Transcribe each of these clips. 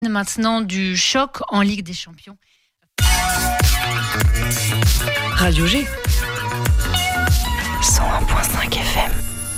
Maintenant du choc en Ligue des Champions. Radio G 101.5 FM.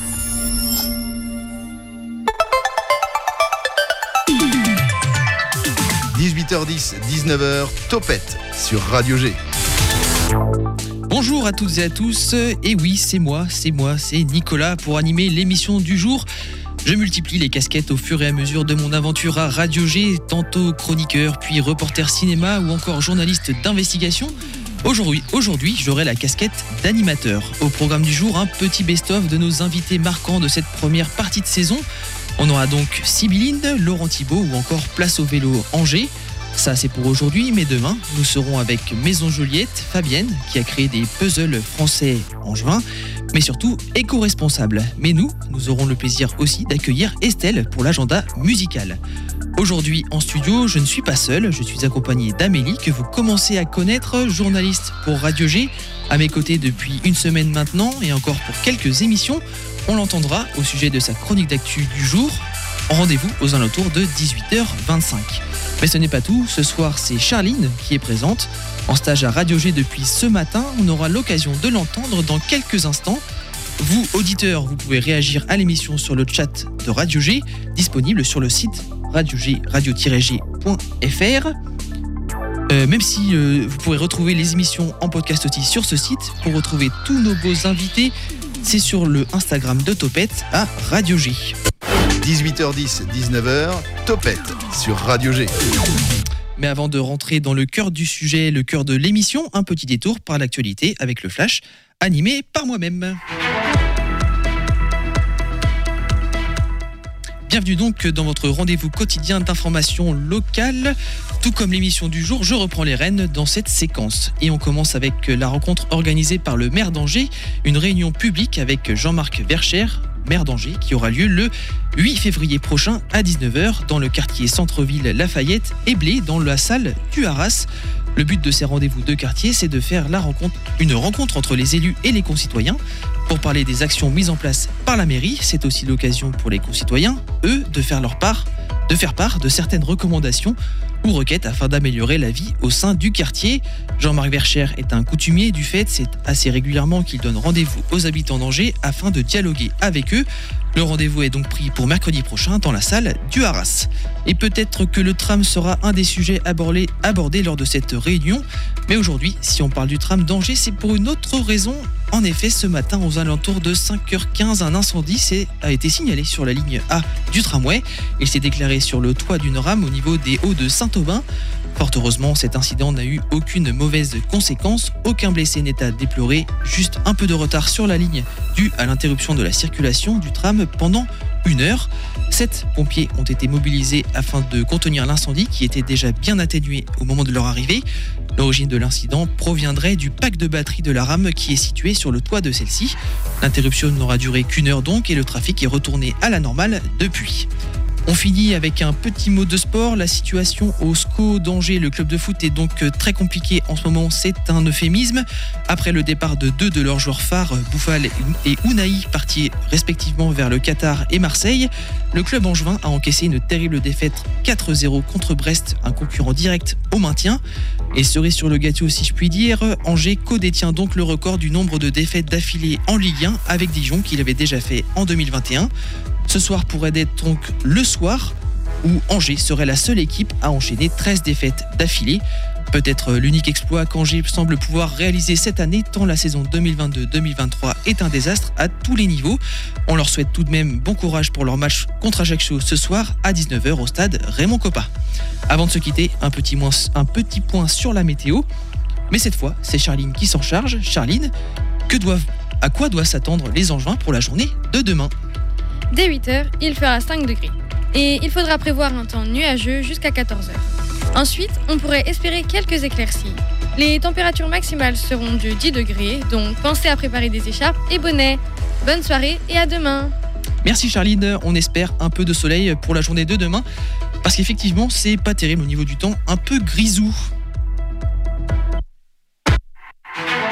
– 18h10, 19h, Topette sur Radio G. Bonjour à toutes et à tous, et oui, c'est moi, c'est Nicolas pour animer l'émission du jour. Je multiplie les casquettes au fur et à mesure de mon aventure à Radio G, tantôt chroniqueur, puis reporter cinéma ou encore journaliste d'investigation. Aujourd'hui, j'aurai la casquette d'animateur. Au programme du jour, un petit best-of de nos invités marquants de cette première partie de saison. On aura donc Sibylline, Laurent Thibault ou encore Place au vélo Angers. Ça c'est pour aujourd'hui, mais demain, nous serons avec Maison Joliette, Fabienne, qui a créé des puzzles français angevins, mais surtout éco-responsable. Mais nous aurons le plaisir aussi d'accueillir Estelle pour l'agenda musical. Aujourd'hui en studio, je ne suis pas seul, je suis accompagné d'Amélie, que vous commencez à connaître, journaliste pour Radio G, à mes côtés depuis une semaine maintenant, et encore pour quelques émissions. On l'entendra au sujet de sa chronique d'actu du jour. Rendez-vous aux alentours de 18h25. Mais ce n'est pas tout, ce soir c'est Charline qui est présente. En stage à Radio G depuis ce matin, on aura l'occasion de l'entendre dans quelques instants. Vous, auditeurs, vous pouvez réagir à l'émission sur le chat de Radio G, disponible sur le site radio-g.fr. Même si vous pourrez retrouver les émissions en podcast aussi sur ce site, pour retrouver tous nos beaux invités, c'est sur le Instagram de Topette à Radio G. 18h10, 19h, Topette sur Radio G. Mais avant de rentrer dans le cœur du sujet, le cœur de l'émission, un petit détour par l'actualité avec le Flash, animé par moi-même. Bienvenue donc dans votre rendez-vous quotidien d'information locale. Tout comme l'émission du jour, je reprends les rênes dans cette séquence. Et on commence avec la rencontre organisée par le maire d'Angers, une réunion publique avec Jean-Marc Vercher, maire d'Angers, qui aura lieu le 8 février prochain à 19h dans le quartier centre-ville Lafayette et Blé, dans la salle du Arras. Le but de ces rendez-vous de quartier, c'est de faire une rencontre entre les élus et les concitoyens pour parler des actions mises en place par la mairie. C'est aussi l'occasion pour les concitoyens, eux, de faire part de certaines recommandations ou requêtes afin d'améliorer la vie au sein du quartier. Jean-Marc Vercher est un coutumier du fait, c'est assez régulièrement qu'il donne rendez-vous aux habitants d'Angers afin de dialoguer avec eux. Le rendez-vous est donc pris pour mercredi prochain dans la salle du Arras. Et peut-être que le tram sera un des sujets abordés lors de cette réunion. Mais aujourd'hui, si on parle du tram d'Angers, c'est pour une autre raison. En effet, ce matin, aux alentours de 5h15, un incendie a été signalé sur la ligne A du tramway. Il s'est déclaré sur le toit d'une rame au niveau des Hauts de Saint-Aubin. Fort heureusement, cet incident n'a eu aucune mauvaise conséquence. Aucun blessé n'est à déplorer. Juste un peu de retard sur la ligne dû à l'interruption de la circulation du tram pendant 1 heure. 7 pompiers ont été mobilisés afin de contenir l'incendie qui était déjà bien atténué au moment de leur arrivée. L'origine de l'incident proviendrait du pack de batterie de la rame qui est situé sur le toit de celle-ci. L'interruption n'aura duré qu'1 heure donc et le trafic est retourné à la normale depuis. On finit avec un petit mot de sport. La situation au SCO d'Angers, le club de foot, est donc très compliquée en ce moment. C'est un euphémisme. Après le départ de 2 de leurs joueurs phares, Bouffal et Ounahi, partis respectivement vers le Qatar et Marseille, le club angevin a encaissé une terrible défaite 4-0 contre Brest, un concurrent direct au maintien. Et cerise sur le gâteau, si je puis dire, Angers co-détient donc le record du nombre de défaites d'affilée en Ligue 1 avec Dijon, qu'il avait déjà fait en 2021. Ce soir pourrait être donc le soir où Angers serait la seule équipe à enchaîner 13 défaites d'affilée. Peut-être l'unique exploit qu'Angers semble pouvoir réaliser cette année, tant la saison 2022-2023 est un désastre à tous les niveaux. On leur souhaite tout de même bon courage pour leur match contre Ajaccio ce soir à 19h au stade Raymond Kopa. Avant de se quitter, un petit point sur la météo. Mais cette fois, c'est Charline qui s'en charge. Charline, à quoi doivent s'attendre les Angevins pour la journée de demain ? Dès 8h, il fera 5 degrés. Et il faudra prévoir un temps nuageux jusqu'à 14h. Ensuite, on pourrait espérer quelques éclaircies. Les températures maximales seront de 10 degrés, donc pensez à préparer des écharpes et bonnets. Bonne soirée et à demain. Merci Charline, on espère un peu de soleil pour la journée de demain, parce qu'effectivement, c'est pas terrible au niveau du temps, un peu grisou.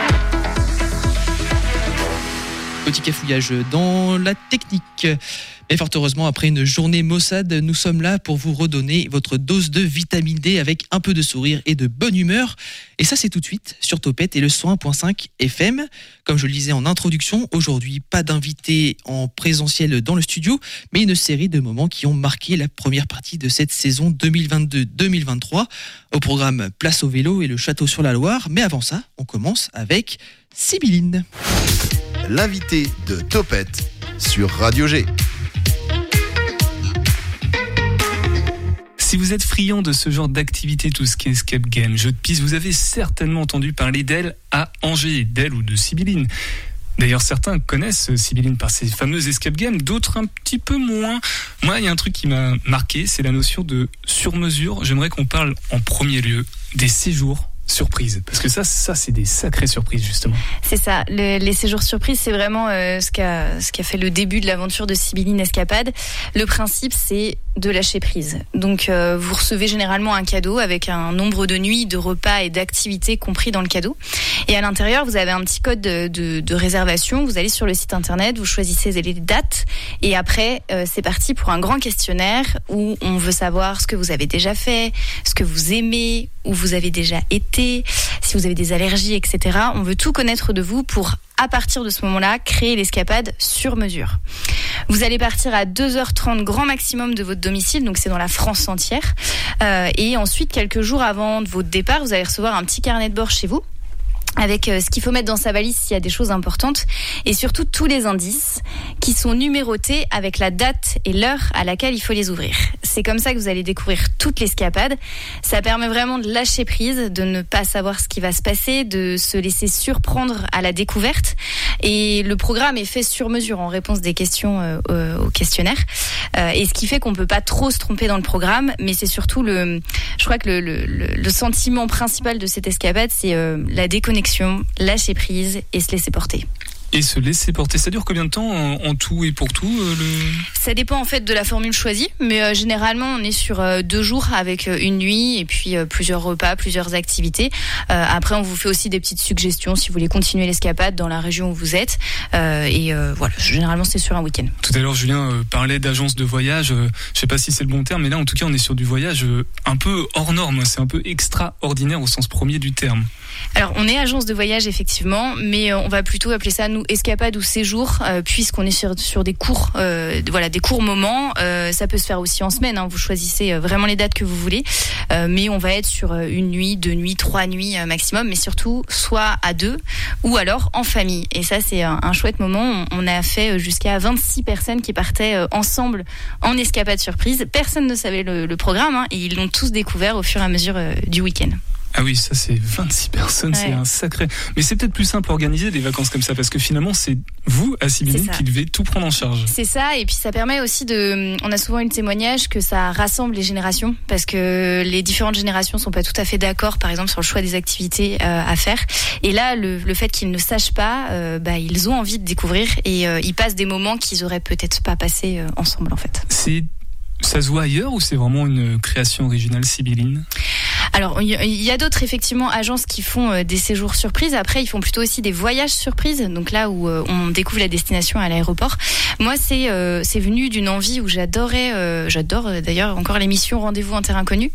Petit cafouillage dans la technique. Et fort heureusement, après une journée maussade, nous sommes là pour vous redonner votre dose de vitamine D avec un peu de sourire et de bonne humeur. Et ça, c'est tout de suite sur Topette et le 101.5 FM. Comme je le disais en introduction, aujourd'hui, pas d'invité en présentiel dans le studio, mais une série de moments qui ont marqué la première partie de cette saison 2022-2023. Au programme, place au vélo et le château sur la Loire. Mais avant ça, on commence avec Sibylline. L'invité de Topette sur Radio G. Si vous êtes friand de ce genre d'activité, tout ce qui est escape game, jeu de piste, vous avez certainement entendu parler d'elle à Angers, d'elle ou de Sibylline. D'ailleurs, certains connaissent Sibylline par ses fameuses escape games, d'autres un petit peu moins. Moi, il y a un truc qui m'a marqué, c'est la notion de sur-mesure. J'aimerais qu'on parle en premier lieu des séjours surprise, parce que ça c'est des sacrées surprises justement. C'est ça, les séjours surprises, c'est vraiment ce qui a fait le début de l'aventure de Sibylline Escapade. Le principe, c'est de lâcher prise. Donc vous recevez généralement un cadeau avec un nombre de nuits, de repas et d'activités compris dans le cadeau. Et à l'intérieur, vous avez un petit code de réservation. Vous allez sur le site internet, vous choisissez les dates et après c'est parti pour un grand questionnaire où on veut savoir ce que vous avez déjà fait, ce que vous aimez, où vous avez déjà été, si vous avez des allergies, etc. On veut tout connaître de vous pour, à partir de ce moment-là, créer l'escapade sur mesure. Vous allez partir à 2h30 grand maximum de votre domicile, donc c'est dans la France entière. Et ensuite, quelques jours avant de votre départ, vous allez recevoir un petit carnet de bord chez vous, avec ce qu'il faut mettre dans sa valise s'il y a des choses importantes, et surtout tous les indices qui sont numérotés avec la date et l'heure à laquelle il faut les ouvrir. C'est comme ça que vous allez découvrir toute l'escapade. Ça permet vraiment de lâcher prise, de ne pas savoir ce qui va se passer, de se laisser surprendre à la découverte. Et le programme est fait sur mesure en réponse des questions au questionnaire. Et ce qui fait qu'on peut pas trop se tromper dans le programme, mais c'est surtout je crois que le sentiment principal de cette escapade, c'est la déconnexion, lâcher prise et se laisser porter. Et se laisser porter, ça dure combien de temps en tout et pour tout Ça dépend en fait de la formule choisie, mais généralement on est sur 2 jours avec une nuit et puis plusieurs repas, plusieurs activités. Après on vous fait aussi des petites suggestions si vous voulez continuer l'escapade dans la région où vous êtes. Voilà, généralement c'est sur un week-end. Tout à l'heure Julien parlait d'agence de voyage, je sais pas si c'est le bon terme, mais là en tout cas on est sur du voyage un peu hors norme, c'est un peu extraordinaire au sens premier du terme. Alors on est agence de voyage effectivement, mais on va plutôt appeler ça nous escapade ou séjour, puisqu'on est sur des courts, des courts moments. Ça peut se faire aussi en semaine, hein, vous choisissez vraiment les dates que vous voulez, mais on va être sur 1 nuit, 2 nuits, 3 nuits maximum, mais surtout soit à 2 ou alors en famille. Et ça c'est un chouette moment. On a fait jusqu'à 26 personnes qui partaient ensemble en escapade surprise. Personne ne savait le programme, hein, et ils l'ont tous découvert au fur et à mesure du week-end. Ah oui, ça c'est 26 personnes, ouais. C'est un sacré... Mais c'est peut-être plus simple à organiser des vacances comme ça, parce que finalement c'est vous, à Sibylline, qui devez tout prendre en charge. C'est ça, et puis ça permet aussi on a souvent eu le témoignage que ça rassemble les générations, parce que les différentes générations sont pas tout à fait d'accord, par exemple, sur le choix des activités à faire. Et là, le fait qu'ils ne sachent pas, ils ont envie de découvrir, et ils passent des moments qu'ils auraient peut-être pas passés ensemble, en fait. Ça se voit ailleurs ou c'est vraiment une création originale Sibylline ? Alors, il y a d'autres, effectivement, agences qui font des séjours surprises. Après, ils font plutôt aussi des voyages surprises. Donc là où on découvre la destination à l'aéroport. Moi, c'est venu d'une envie où j'adore d'ailleurs encore l'émission Rendez-vous en terre inconnue.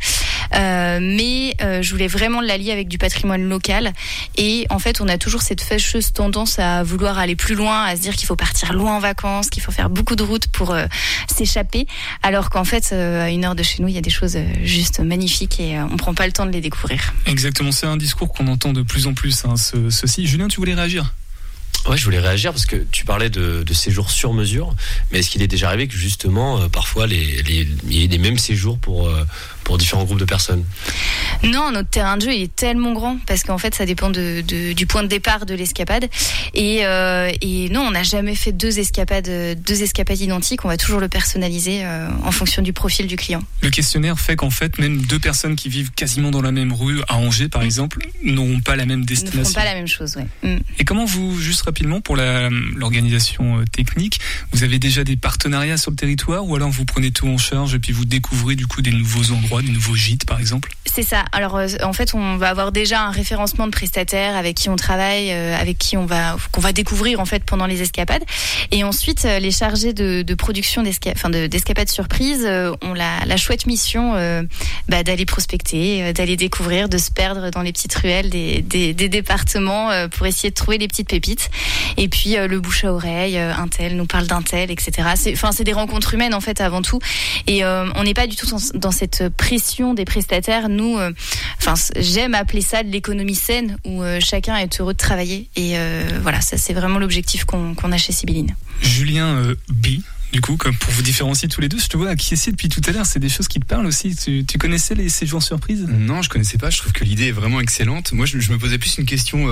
Mais je voulais vraiment l'allier avec du patrimoine local. Et en fait, on a toujours cette fâcheuse tendance à vouloir aller plus loin, à se dire qu'il faut partir loin en vacances, qu'il faut faire beaucoup de routes pour s'échapper. Alors qu'en fait, à 1 heure de chez nous, il y a des choses juste magnifiques et on prend pas le temps de les découvrir. Exactement, c'est un discours qu'on entend de plus en plus, hein, ceci. Julien, tu voulais réagir ? Ouais, je voulais réagir parce que tu parlais de séjours sur mesure, mais est-ce qu'il est déjà arrivé que justement, parfois, il y ait des mêmes séjours pour différents groupes de personnes ? Non, notre terrain de jeu il est tellement grand parce qu'en fait ça dépend du point de départ de l'escapade et non, on n'a jamais fait deux escapades identiques. On va toujours le personnaliser en fonction du profil du client. Le questionnaire fait qu'en fait même 2 personnes qui vivent quasiment dans la même rue à Angers par exemple n'auront pas la même destination. Ne feront pas la même chose, ouais. Et comment vous, juste rapidement pour l'organisation technique, vous avez déjà des partenariats sur le territoire ou alors vous prenez tout en charge et puis vous découvrez du coup des nouveaux endroits endroits, des nouveaux gîtes par exemple? C'est ça. Alors en fait, on va avoir déjà un référencement de prestataires avec qui on travaille, avec qui qu'on va découvrir en fait pendant les escapades. Et ensuite, les chargés de production d'escapades surprises ont la chouette mission d'aller prospecter, d'aller découvrir, de se perdre dans les petites ruelles des départements pour essayer de trouver les petites pépites. Et puis le bouche à oreille, un tel nous parle d'un tel, etc. C'est des rencontres humaines en fait avant tout. Et on n'est pas du tout dans cette pression des prestataires. Nous, j'aime appeler ça de l'économie saine où chacun est heureux de travailler. Et voilà, ça c'est vraiment l'objectif qu'on a chez Sibylline. Julien B. Du coup, comme pour vous différencier tous les deux, je te vois acquiescer depuis tout à l'heure. C'est des choses qui te parlent aussi. Tu connaissais les séjours surprises ? Non, je connaissais pas. Je trouve que l'idée est vraiment excellente. Moi, je me posais plus une question,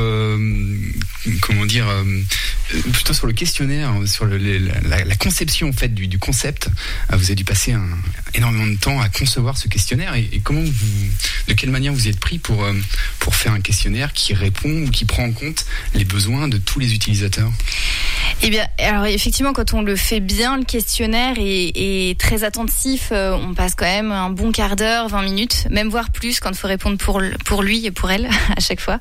plutôt sur le questionnaire, sur la conception en fait du concept. Vous avez dû passer énormément de temps à concevoir ce questionnaire. Et de quelle manière vous y êtes pris pour faire un questionnaire qui répond ou qui prend en compte les besoins de tous les utilisateurs ? Eh bien, alors effectivement, quand on le fait bien, le questionnaire est très attentif. On passe quand même un bon quart d'heure, 20 minutes, même voire plus quand il faut répondre pour lui et pour elle à chaque fois.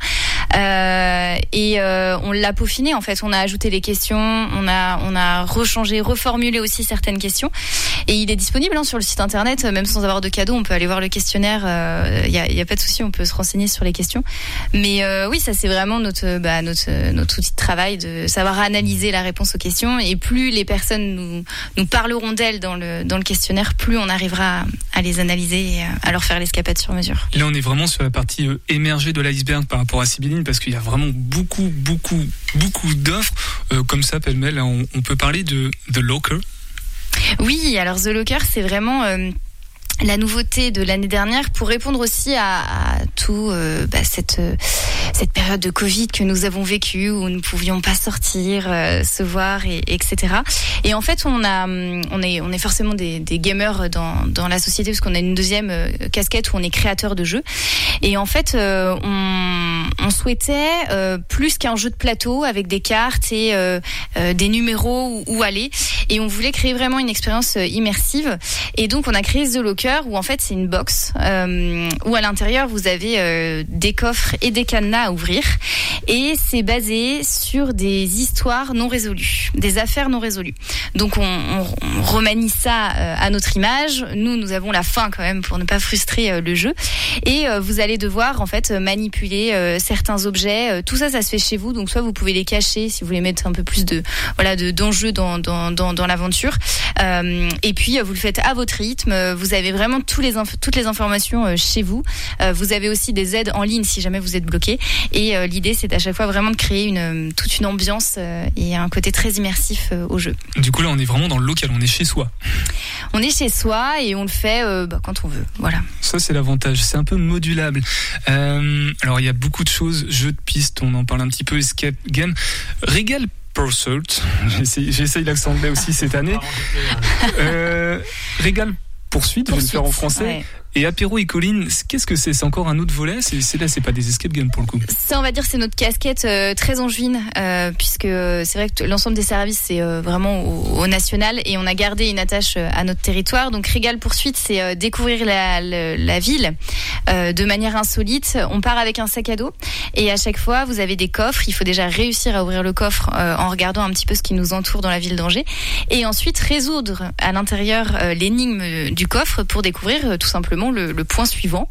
On l'a peaufiné en fait. On a ajouté les questions, on a rechangé, reformulé aussi certaines questions. Et il est disponible sur le site internet, même sans avoir de cadeau. On peut aller voir le questionnaire. Il y a pas de souci, on peut se renseigner sur les questions. Mais oui, ça c'est vraiment notre outil de travail, de savoir analyser la réponse aux questions. Et plus les personnes nous parleront d'elles dans le questionnaire, plus on arrivera à les analyser et à leur faire l'escapade sur mesure. Là, on est vraiment sur la partie émergée de l'iceberg par rapport à Sibylline, parce qu'il y a vraiment beaucoup d'offres comme ça, pêle-mêle. On peut parler de The Locker. Oui, alors The Locker, c'est vraiment la nouveauté de l'année dernière pour répondre aussi à tout cette période de Covid que nous avons vécue où nous ne pouvions pas sortir, se voir, etc. Et en fait, on est forcément des gamers dans la société parce qu'on a une deuxième casquette où on est créateur de jeux. Et en fait, on souhaitait plus qu'un jeu de plateau avec des cartes et des numéros où aller. Et on voulait créer vraiment une expérience immersive. Et donc, on a créé The Locker où en fait, c'est une box où à l'intérieur, vous avez des coffres et des cadenas à ouvrir. Et c'est basé sur des histoires non résolues, des affaires non résolues. Donc, on remanie ça à notre image. Nous avons la fin quand même pour ne pas frustrer le jeu. Et vous allez devoir en fait manipuler certains objets. Tout ça se fait chez vous. Donc, soit vous pouvez les cacher si vous voulez mettre un peu plus d'enjeu dans l'aventure. Et puis, vous le faites à votre rythme. Vous avez vraiment toutes les informations chez vous. Vous avez aussi des aides en ligne si jamais vous êtes bloqué. Et l'idée, c'est à chaque fois vraiment de créer toute une ambiance et un côté très immersif au jeu. Du coup, là, on est vraiment dans le local. On est chez soi. On est chez soi et on le fait quand on veut. Voilà. Ça, c'est l'avantage. C'est un peu modulable. Alors, il y a beaucoup de choses. Jeux de piste, on en parle un petit peu. Escape game. Regal Pursuit. J'essaye l'accent anglais aussi cette année. Regal Poursuite, je vais le faire en français. Ouais. Et Apéro et Colline, qu'est-ce que c'est ? C'est encore un autre volet ? C'est pas des escape games pour le coup. Ça, on va dire, c'est notre casquette très angevine, puisque c'est vrai que l'ensemble des services, c'est vraiment au national, et on a gardé une attache à notre territoire. Donc, Régal Poursuite, c'est découvrir la ville de manière insolite. On part avec un sac à dos, et à chaque fois, vous avez des coffres. Il faut déjà réussir à ouvrir le coffre en regardant un petit peu ce qui nous entoure dans la ville d'Angers, et ensuite résoudre à l'intérieur l'énigme du coffre pour découvrir tout simplement le point suivant.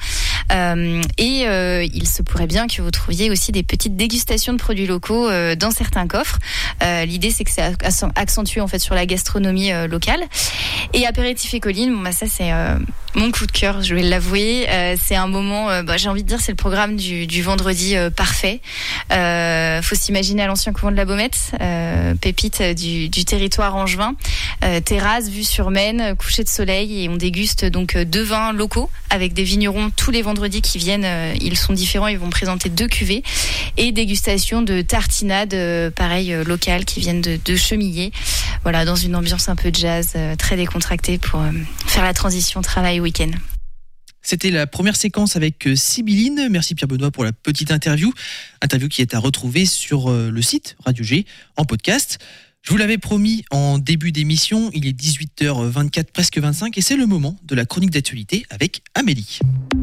Il se pourrait bien que vous trouviez aussi des petites dégustations de produits locaux dans certains coffres. L'idée, c'est que c'est accentué en fait sur la gastronomie locale. Et Apéritif et Colline, ça c'est mon coup de cœur, je vais l'avouer. C'est un moment, j'ai envie de dire, c'est le programme du vendredi parfait. Faut s'imaginer à l'ancien couvent de la Baumette, pépite du territoire angevin, terrasse, vue sur Maine, coucher de soleil, et on déguste donc 2 vins locaux avec des vignerons tous les vendredis qui viennent. Ils sont différents, ils vont présenter 2 cuvées, et dégustation de tartinades pareil locales qui viennent de Chemillé. Voilà, dans une ambiance un peu jazz, très décontractée pour faire la transition travail-week-end. C'était la première séquence avec Sibylline. Merci Pierre-Benoît pour la petite interview qui est à retrouver sur le site Radio G en podcast. Je vous l'avais promis en début d'émission, il est 18h24, presque 25, et c'est le moment de la chronique d'actualité avec Amélie.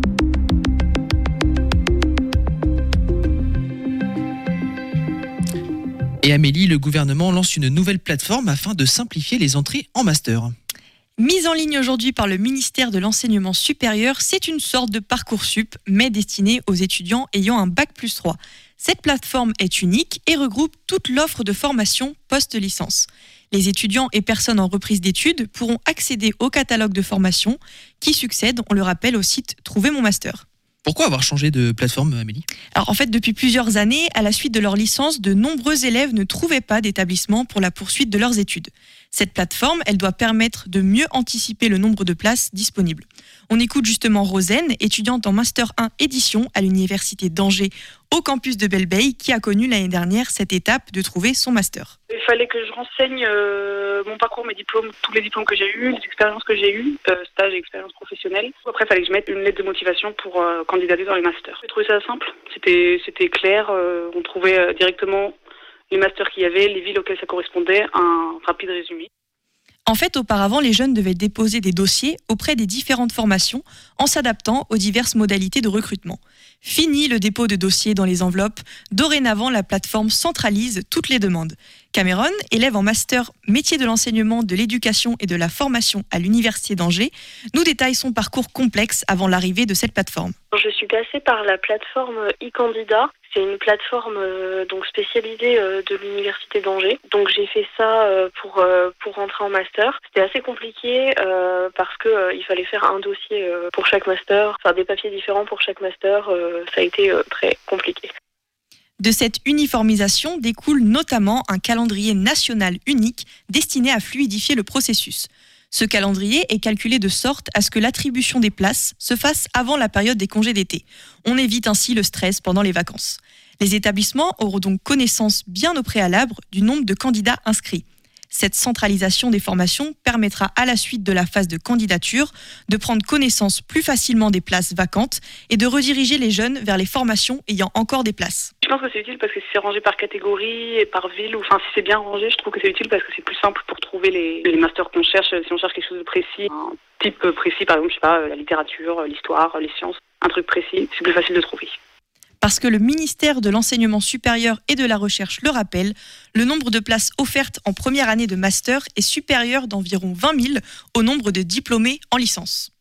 Et Amélie, le gouvernement lance une nouvelle plateforme afin de simplifier les entrées en master. Mise en ligne aujourd'hui par le ministère de l'Enseignement supérieur, c'est une sorte de Parcoursup, mais destinée aux étudiants ayant un Bac+3. Cette plateforme est unique et regroupe toute l'offre de formation post-licence. Les étudiants et personnes en reprise d'études pourront accéder au catalogue de formation qui succède, on le rappelle, au site Trouver mon master. Pourquoi avoir changé de plateforme, Amélie ? Alors en fait, depuis plusieurs années, à la suite de leur licence, de nombreux élèves ne trouvaient pas d'établissement pour la poursuite de leurs études. Cette plateforme, elle doit permettre de mieux anticiper le nombre de places disponibles. On écoute justement Rosen, étudiante en Master 1 édition à l'Université d'Angers, au campus de Belle-Beille, qui a connu l'année dernière cette étape de trouver son master. Il fallait que je renseigne mon parcours, mes diplômes, tous les diplômes que j'ai eus, les expériences que j'ai eues, stage et expérience professionnelle. Après, il fallait que je mette une lettre de motivation pour candidater dans les masters. J'ai trouvé ça simple, c'était clair, on trouvait directement les masters qu'il y avait, les villes auxquelles ça correspondait, un rapide résumé. En fait, auparavant, les jeunes devaient déposer des dossiers auprès des différentes formations en s'adaptant aux diverses modalités de recrutement. Fini le dépôt de dossiers dans les enveloppes. Dorénavant, la plateforme centralise toutes les demandes. Cameron, élève en master métier de l'enseignement, de l'éducation et de la formation à l'Université d'Angers, nous détaille son parcours complexe avant l'arrivée de cette plateforme. Je suis passée par la plateforme e-candidat. C'est une plateforme donc spécialisée de l'Université d'Angers. Donc j'ai fait ça pour rentrer en master. C'était assez compliqué parce que il fallait faire un dossier pour chaque master, faire des papiers différents pour chaque master. Ça a été très compliqué. De cette uniformisation découle notamment un calendrier national unique destiné à fluidifier le processus. Ce calendrier est calculé de sorte à ce que l'attribution des places se fasse avant la période des congés d'été. On évite ainsi le stress pendant les vacances. Les établissements auront donc connaissance bien au préalable du nombre de candidats inscrits. Cette centralisation des formations permettra à la suite de la phase de candidature de prendre connaissance plus facilement des places vacantes et de rediriger les jeunes vers les formations ayant encore des places. Je pense que c'est utile parce que si c'est rangé par catégorie et par ville, ou si c'est bien rangé, je trouve que c'est utile parce que c'est plus simple pour trouver les masters qu'on cherche. Si on cherche quelque chose de précis, un type précis, par exemple, la littérature, l'histoire, les sciences, un truc précis, c'est plus facile de trouver. Parce que le ministère de l'Enseignement supérieur et de la Recherche le rappelle, le nombre de places offertes en première année de master est supérieur d'environ 20 000 au nombre de diplômés en licence.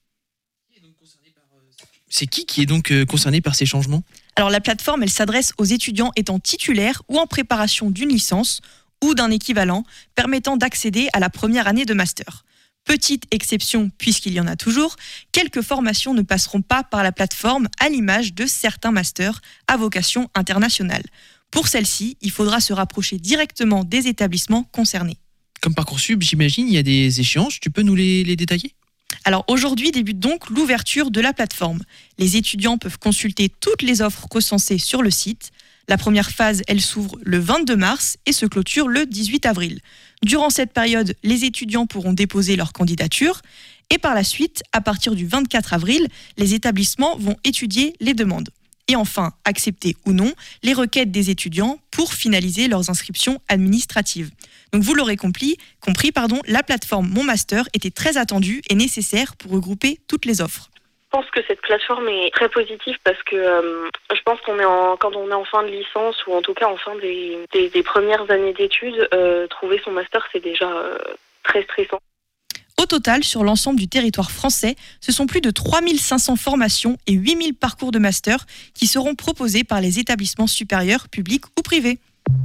C'est qui est donc concerné par ces changements ? Alors la plateforme, elle s'adresse aux étudiants étant titulaires ou en préparation d'une licence ou d'un équivalent permettant d'accéder à la première année de master. Petite exception, puisqu'il y en a toujours, quelques formations ne passeront pas par la plateforme à l'image de certains masters à vocation internationale. Pour celle-ci, il faudra se rapprocher directement des établissements concernés. Comme Parcoursup, j'imagine, il y a des échéances, tu peux nous les détailler ? Alors aujourd'hui débute donc l'ouverture de la plateforme. Les étudiants peuvent consulter toutes les offres recensées sur le site. La première phase, elle s'ouvre le 22 mars et se clôture le 18 avril. Durant cette période, les étudiants pourront déposer leur candidature et par la suite, à partir du 24 avril, les établissements vont étudier les demandes. Et enfin, accepter ou non les requêtes des étudiants pour finaliser leurs inscriptions administratives. Donc vous l'aurez compris, la plateforme Mon Master était très attendue et nécessaire pour regrouper toutes les offres. Je pense que cette plateforme est très positive parce que je pense quand on est en fin de licence ou en tout cas en fin des premières années d'études, trouver son master c'est déjà très stressant. Au total, sur l'ensemble du territoire français, ce sont plus de 3500 formations et 8000 parcours de master qui seront proposés par les établissements supérieurs, publics ou privés.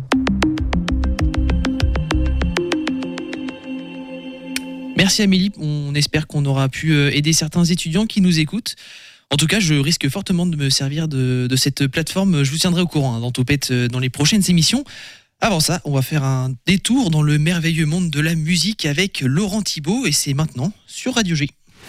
Merci Amélie, on espère qu'on aura pu aider certains étudiants qui nous écoutent. En tout cas, je risque fortement de me servir de cette plateforme. Je vous tiendrai au courant dans Topette dans les prochaines émissions. Avant ça, on va faire un détour dans le merveilleux monde de la musique avec Laurent Thibault et c'est maintenant sur Radio G.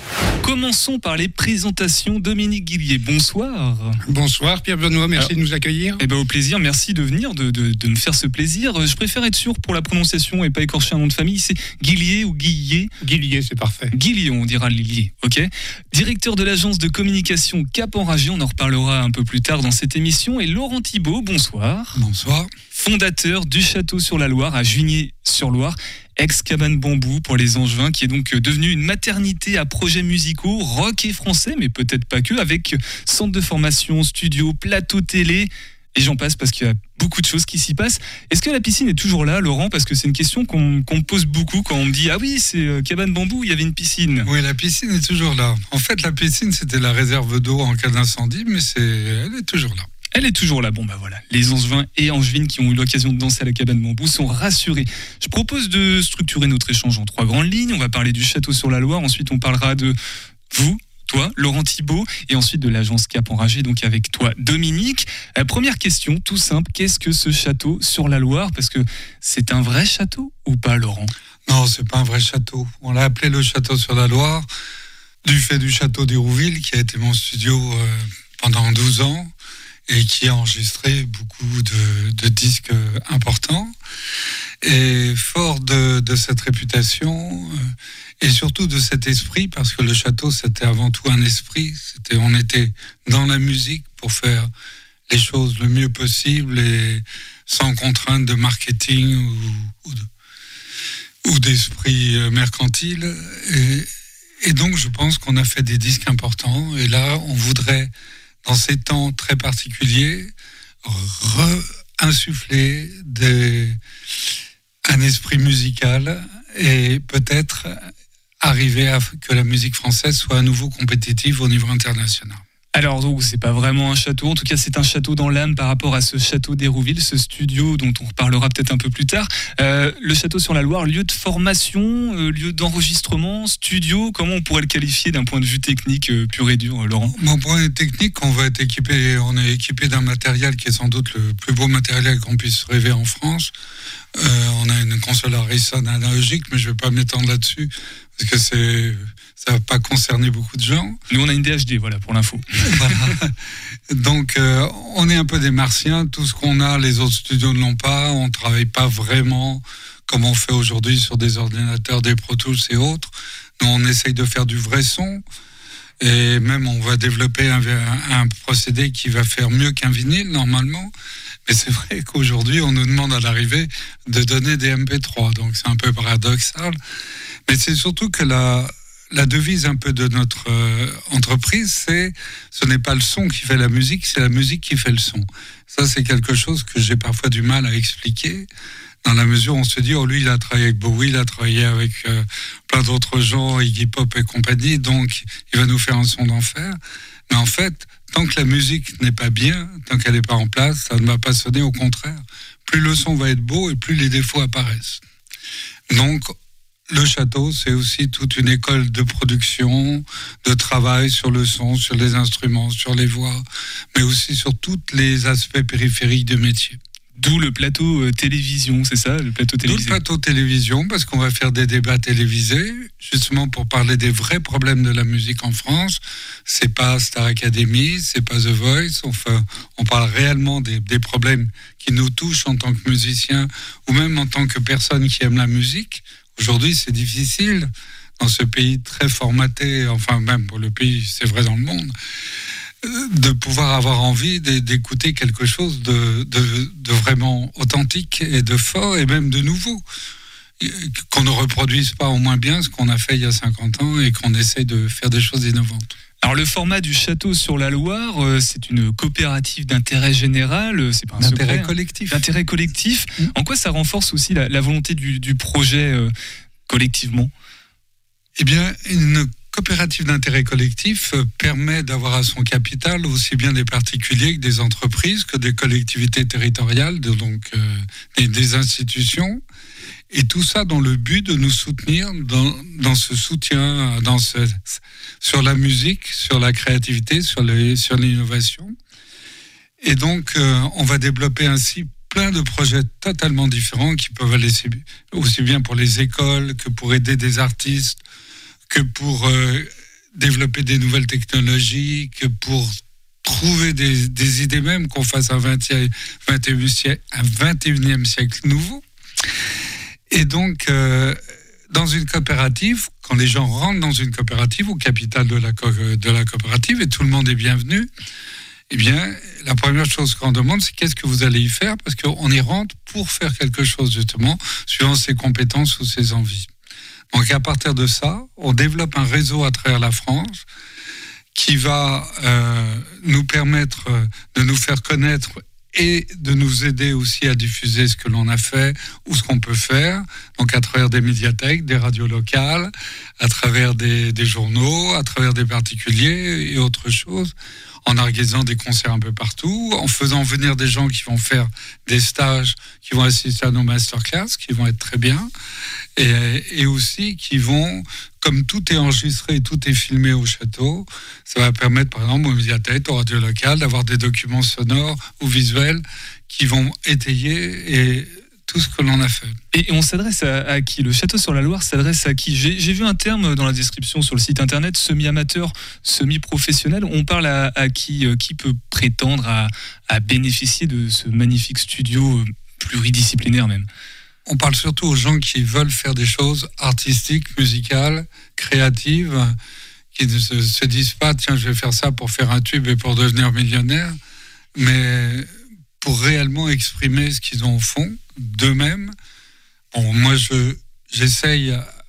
Commençons par les présentations. Dominique Guillier, bonsoir. Bonsoir Pierre Benoît, merci de nous accueillir. Au plaisir, merci de venir, de me faire ce plaisir. Je préfère être sûr pour la prononciation et pas écorcher un nom de famille. C'est Guillier ou Guillier? Guillier, c'est parfait. Guillier, on dira Lillier, ok. Directeur de l'agence de communication Cap Enragé, on en reparlera un peu plus tard dans cette émission. Et Laurent Thibault, bonsoir. Bonsoir. Fondateur du Château sur la Loire à Juigné-sur-Loire, ex-cabane bambou pour les Angevins, qui est donc devenue une maternité à projets musicaux, rock et français, mais peut-être pas que, avec centre de formation, studio, plateau télé, et j'en passe parce qu'il y a beaucoup de choses qui s'y passent. Est-ce que la piscine est toujours là, Laurent? Parce que c'est une question qu'on me pose beaucoup quand on me dit « Ah oui, c'est cabane bambou, il y avait une piscine ». Oui, la piscine est toujours là. En fait, la piscine, c'était la réserve d'eau en cas d'incendie, mais elle est toujours là. Elle est toujours là. Bon, voilà. Les Angevins et Angevines qui ont eu l'occasion de danser à la cabane bambou sont rassurés. Je propose de structurer notre échange en 3 grandes lignes. On va parler du Château sur la Loire. Ensuite, on parlera de vous, toi, Laurent Thibault, et ensuite de l'agence Cap Enragé, donc avec toi, Dominique. Première question, tout simple. Qu'est-ce que ce Château sur la Loire? Parce que c'est un vrai château ou pas, Laurent? Non, c'est pas un vrai château. On l'a appelé le Château sur la Loire, du fait du château d'Hérouville, qui a été mon studio pendant 12 ans. Et qui a enregistré beaucoup de disques importants. Et fort de cette réputation, et surtout de cet esprit, parce que le château, c'était avant tout un esprit. On était dans la musique pour faire les choses le mieux possible, et sans contrainte de marketing ou d'esprit mercantile. Et donc, je pense qu'on a fait des disques importants. Et là, on voudrait, dans ces temps très particuliers, insuffler un esprit musical et peut-être arriver à que la musique française soit à nouveau compétitive au niveau international. Alors donc c'est pas vraiment un château, en tout cas c'est un château dans l'âme par rapport à ce château d'Hérouville, ce studio dont on reparlera peut-être un peu plus tard. Le Château sur la Loire, lieu de formation, lieu d'enregistrement, studio, comment on pourrait le qualifier d'un point de vue technique pur et dur, Laurent? Mon point de vue technique, on est équipé d'un matériel qui est sans doute le plus beau matériel qu'on puisse rêver en France. On a une console Harrison analogique, mais je ne vais pas m'étendre là-dessus parce que ça va pas concerner beaucoup de gens. Nous, on a une DHD, voilà, pour l'info. Voilà. Donc, on est un peu des martiens. Tout ce qu'on a, les autres studios ne l'ont pas. On travaille pas vraiment comme on fait aujourd'hui sur des ordinateurs, des Pro Tools et autres. Nous, on essaye de faire du vrai son. Et même, on va développer un procédé qui va faire mieux qu'un vinyle, normalement. Mais c'est vrai qu'aujourd'hui, on nous demande à l'arrivée de donner des MP3. Donc, c'est un peu paradoxal. Mais c'est surtout que la devise un peu de notre entreprise, ce n'est pas le son qui fait la musique, c'est la musique qui fait le son. Ça, c'est quelque chose que j'ai parfois du mal à expliquer, dans la mesure où on se dit, oh lui, il a travaillé avec Bowie, il a travaillé avec plein d'autres gens, Iggy Pop et compagnie, donc il va nous faire un son d'enfer. Mais en fait, tant que la musique n'est pas bien, tant qu'elle n'est pas en place, ça ne va pas sonner, au contraire. Plus le son va être beau et plus les défauts apparaissent. Donc, le château, c'est aussi toute une école de production, de travail sur le son, sur les instruments, sur les voix, mais aussi sur tous les aspects périphériques du métier. D'où le plateau télévision, c'est ça, le plateau télévisé? D'où le plateau télévision, parce qu'on va faire des débats télévisés, justement pour parler des vrais problèmes de la musique en France. C'est pas Star Academy, c'est pas The Voice. Enfin, on parle réellement des problèmes qui nous touchent en tant que musiciens, ou même en tant que personnes qui aiment la musique. Aujourd'hui, c'est difficile dans ce pays très formaté, enfin même pour le pays, c'est vrai dans le monde, de pouvoir avoir envie d'écouter quelque chose de vraiment authentique et de fort et même de nouveau. Qu'on ne reproduise pas au moins bien ce qu'on a fait il y a 50 ans et qu'on essaye de faire des choses innovantes. Alors le format du Château sur la Loire, c'est une coopérative d'intérêt général, c'est pas un d'intérêt secret, collectif. D'intérêt collectif. En quoi ça renforce aussi la volonté du projet collectivement? Eh bien, une coopérative d'intérêt collectif permet d'avoir à son capital aussi bien des particuliers que des entreprises, que des collectivités territoriales, donc des institutions. Et tout ça dans le but de nous soutenir dans ce soutien sur la musique, sur la créativité, sur l'innovation. Et donc, on va développer ainsi plein de projets totalement différents qui peuvent aller aussi bien pour les écoles que pour aider des artistes, que pour développer des nouvelles technologies, que pour trouver des idées même qu'on fasse un 21e siècle nouveau. Et donc, dans une coopérative, quand les gens rentrent dans une coopérative, au capital de la coopérative, et tout le monde est bienvenu, eh bien, la première chose qu'on demande, c'est qu'est-ce que vous allez y faire, parce qu'on y rentre pour faire quelque chose, justement, suivant ses compétences ou ses envies. Donc, à partir de ça, on développe un réseau à travers la France qui va nous permettre de nous faire connaître et de nous aider aussi à diffuser ce que l'on a fait ou ce qu'on peut faire, donc à travers des médiathèques, des radios locales, à travers des journaux, à travers des particuliers et autre chose, en organisant des concerts un peu partout, en faisant venir des gens qui vont faire des stages, qui vont assister à nos masterclass, qui vont être très bien, et aussi qui vont, comme tout est enregistré et tout est filmé au château, ça va permettre par exemple aux médiathèques, aux radios locales d'avoir des documents sonores ou visuels qui vont étayer tout ce que l'on a fait. Et on s'adresse à qui? Le Château sur la Loire s'adresse à qui? J'ai vu un terme dans la description sur le site internet, semi-amateur, semi-professionnel. On parle à qui peut prétendre à bénéficier de ce magnifique studio pluridisciplinaire même? On parle surtout aux gens qui veulent faire des choses artistiques, musicales, créatives, qui ne se disent pas, tiens, je vais faire ça pour faire un tube et pour devenir millionnaire, mais pour réellement exprimer ce qu'ils ont au fond d'eux-mêmes. Bon, moi, j'essaye,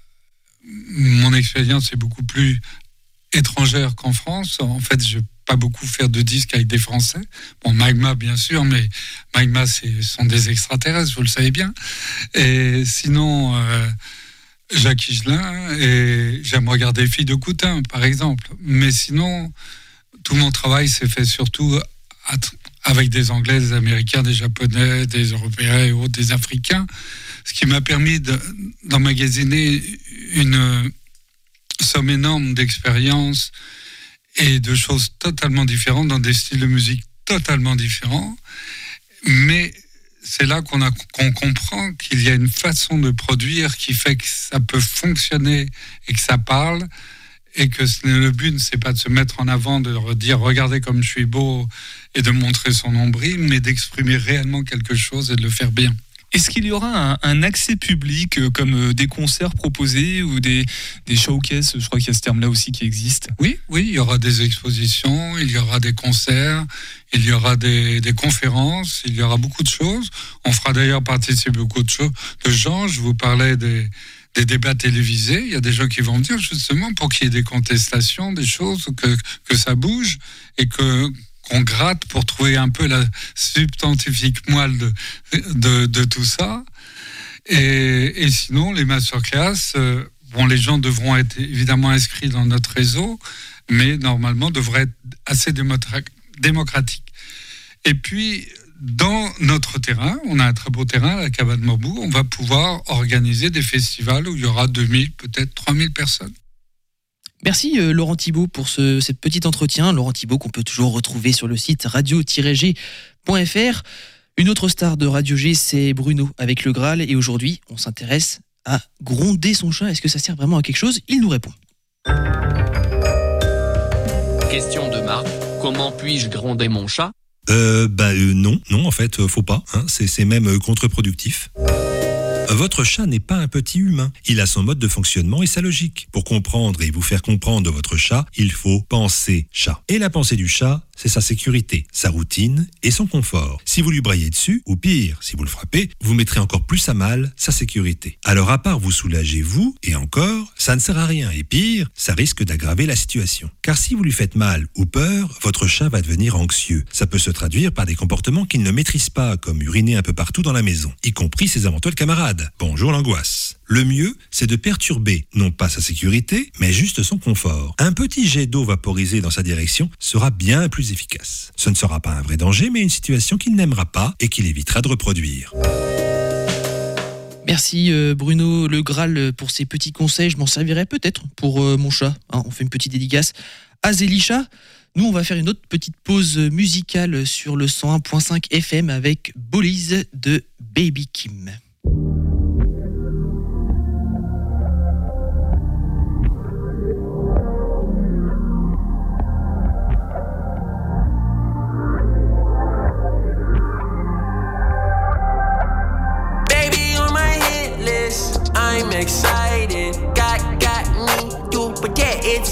mon expérience est beaucoup plus étrangère qu'en France. En fait, je pas beaucoup faire de disques avec des Français. Bon, Magma, bien sûr, mais Magma, ce sont des extraterrestres, vous le savez bien. Et sinon, Jacques Higelin, et j'aime regarder Filles de Coutin, par exemple. Mais sinon, tout mon travail s'est fait surtout avec des Anglais, des Américains, des Japonais, des Européens et autres, des Africains, ce qui m'a permis d'emmagasiner une somme énorme d'expériences et de choses totalement différentes, dans des styles de musique totalement différents. Mais c'est là qu'on comprend qu'il y a une façon de produire qui fait que ça peut fonctionner et que ça parle, et que le but, c'est pas de se mettre en avant, de dire « regardez comme je suis beau » et de montrer son nombril, mais d'exprimer réellement quelque chose et de le faire bien. Est-ce qu'il y aura un accès public, comme des concerts proposés ou des showcases? Je crois qu'il y a ce terme-là aussi qui existe. Oui, il y aura des expositions, il y aura des concerts, il y aura des conférences, il y aura beaucoup de choses. On fera d'ailleurs participer beaucoup de gens. Je vous parlais des débats télévisés. Il y a des gens qui vont venir justement pour qu'il y ait des contestations, des choses, que ça bouge et qu'on gratte pour trouver un peu la substantifique moelle de tout ça. Et sinon, les masterclass, les gens devront être évidemment inscrits dans notre réseau, mais normalement devraient être assez démocratiques. Et puis, dans notre terrain, on a un très beau terrain, la Cabane Maubourg, on va pouvoir organiser des festivals où il y aura 2000, peut-être 3000 personnes. Merci Laurent Thibault pour ce petit entretien. Laurent Thibault qu'on peut toujours retrouver sur le site radio-g.fr. Une autre star de Radio G, c'est Bruno avec le Graal. Et aujourd'hui, on s'intéresse à gronder son chat. Est-ce que ça sert vraiment à quelque chose? Il nous répond. Question de Marc. Comment puis-je gronder mon chat? Non, en fait, faut pas. C'est même contre-productif. Votre chat n'est pas un petit humain. Il a son mode de fonctionnement et sa logique. Pour comprendre et vous faire comprendre de votre chat, il faut penser chat. Et la pensée du chat, c'est sa sécurité, sa routine et son confort. Si vous lui braillez dessus, ou pire, si vous le frappez, vous mettrez encore plus à mal sa sécurité. Alors à part vous soulager vous, et encore, ça ne sert à rien. Et pire, ça risque d'aggraver la situation. Car si vous lui faites mal ou peur, votre chat va devenir anxieux. Ça peut se traduire par des comportements qu'il ne maîtrise pas, comme uriner un peu partout dans la maison, y compris ses éventuels camarades. Bonjour l'angoisse. Le mieux, c'est de perturber, non pas sa sécurité, mais juste son confort. Un petit jet d'eau vaporisé dans sa direction sera bien plus efficace. Ce ne sera pas un vrai danger, mais une situation qu'il n'aimera pas et qu'il évitera de reproduire. Merci Bruno Le Graal pour ces petits conseils. Je m'en servirai peut-être pour mon chat. On fait une petite dédicace à Zélicha. Nous, on va faire une autre petite pause musicale sur le 101.5 FM avec Bolise de Baby Kim.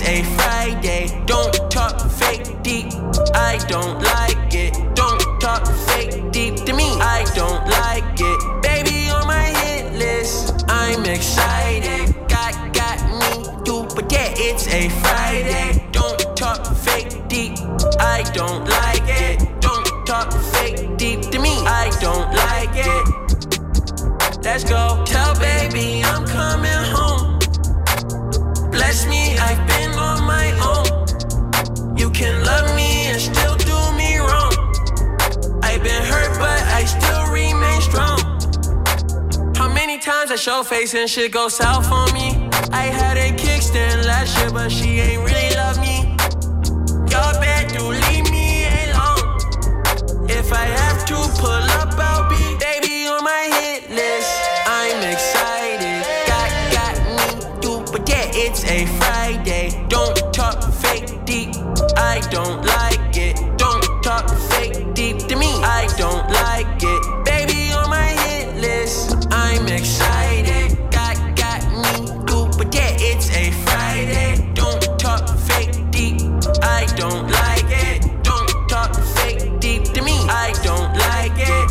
a Friday. Don't talk fake deep, I don't like it. Don't talk fake deep to me, I don't like it. Baby on my hit list, I'm excited. Got me too, but yeah, it's a Friday. Don't talk fake deep, I don't like it. Don't talk fake deep to me, I don't like it. Let's go. Tell baby I'm coming home. Bless me, I've been on my own. You can love me and still do me wrong. I've been hurt, but I still remain strong. How many times I show face and shit go south on me? I had a kickstand last year, but she ain't really love me. Y'all better leave me alone. If I have to pull up, I'll be baby on my hit list. I'm excited, got me too, but yeah, it's a Friday. Don't talk fake deep, I don't like it. Don't talk fake deep to me, I don't like it. Baby on my hit list, I'm excited, got me too, but yeah, it's a Friday. Don't talk fake deep, I don't like it. Don't talk fake deep to me, I don't like it.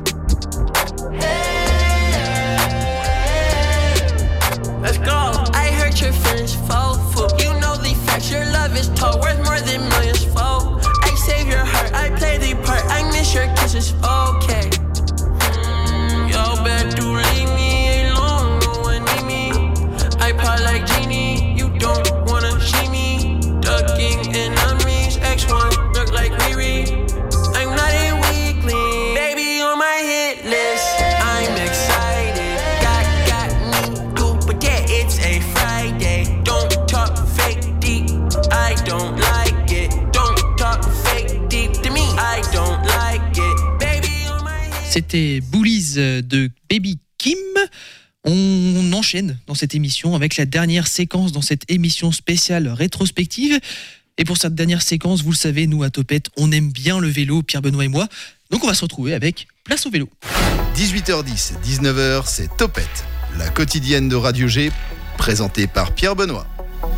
Let's go. I hurt your feelings, fall for you know the facts. Your love is tall, worth more than millions, fall. I save your heart, I play the part. I miss your kisses, okay. Y'all better leave me alone, no one need me. I pop like Genie, you don't wanna see me. Ducking enemies, X1 look like Riri. I'm not a weakling, baby on my hit list. I'm excited, got me too, but yeah, it's a Friday. Don't talk fake deep, I don't like it. Don't talk fake deep to me, I don't like it. Baby on my hit. C'était Bullies de Baby Kim. On enchaîne dans cette émission avec la dernière séquence dans cette émission spéciale rétrospective. Et pour cette dernière séquence, vous le savez, nous à Topette, on aime bien le vélo, Pierre Benoît et moi. Donc on va se retrouver avec Place au vélo. 18h10, 19h, c'est Topette, la quotidienne de Radio G, présentée par Pierre Benoît.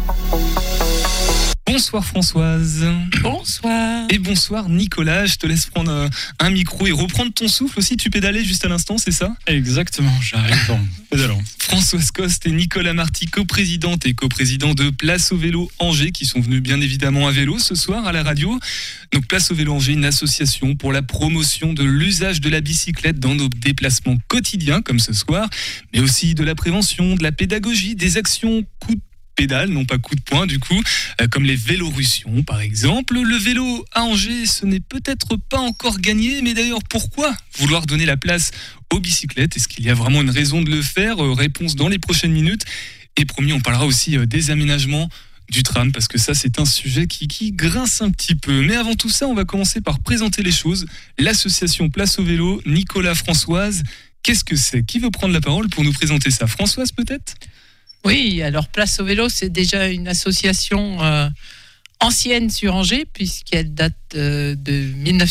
Bonsoir Françoise. Bonsoir. Et bonsoir Nicolas, je te laisse prendre un micro et reprendre ton souffle aussi, tu pédalais juste à l'instant, c'est ça ? Exactement, j'arrive en pédalant. Françoise Coste et Nicolas Marty, coprésidente et coprésident de Place au vélo Angers, qui sont venus bien évidemment à vélo ce soir à la radio. Donc Place au vélo Angers, une association pour la promotion de l'usage de la bicyclette dans nos déplacements quotidiens comme ce soir, mais aussi de la prévention, de la pédagogie, des actions coup de pédale, non pas coup de poing du coup, comme les vélorussions par exemple. Le vélo à Angers, ce n'est peut-être pas encore gagné, mais d'ailleurs pourquoi vouloir donner la place aux bicyclettes ? Est-ce qu'il y a vraiment une raison de le faire ? Réponse dans les prochaines minutes. Et promis, on parlera aussi des aménagements du tram, parce que ça c'est un sujet qui grince un petit peu. Mais avant tout ça, on va commencer par présenter les choses. L'association Place au vélo, Nicolas, Françoise, qu'est-ce que c'est ? Qui veut prendre la parole pour nous présenter ça ? Françoise peut-être ? Oui, alors Place au vélo, c'est déjà une association ancienne sur Angers, puisqu'elle date de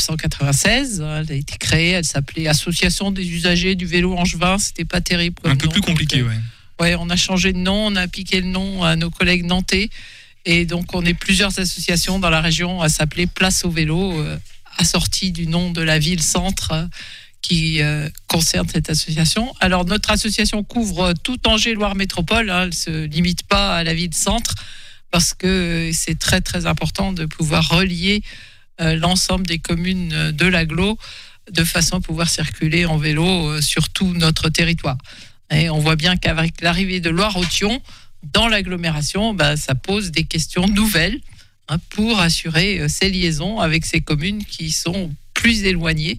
1996. Elle a été créée, elle s'appelait Association des usagers du vélo angevin. C'était pas terrible. Un peu plus compliqué, ouais. Ouais, on a changé de nom, on a appliqué le nom à nos collègues nantais. Et donc, on est plusieurs associations dans la région à s'appeler Place au vélo, assortie du nom de la ville-centre qui concerne cette association. Alors, notre association couvre tout Angers-Loire Métropole, hein, elle ne se limite pas à la ville-centre, parce que c'est très, très important de pouvoir relier l'ensemble des communes de l'agglo de façon à pouvoir circuler en vélo sur tout notre territoire. Et on voit bien qu'avec l'arrivée de Loire-Othion dans l'agglomération, ça pose des questions nouvelles pour assurer ces liaisons avec ces communes qui sont plus éloignées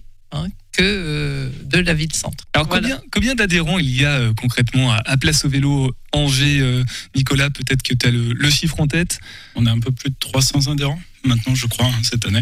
que de la ville-centre. Alors voilà. Combien d'adhérents il y a concrètement à Place au vélo Angers, Nicolas, peut-être que tu as le chiffre en tête. On a un peu plus de 300 adhérents maintenant, je crois, cette année.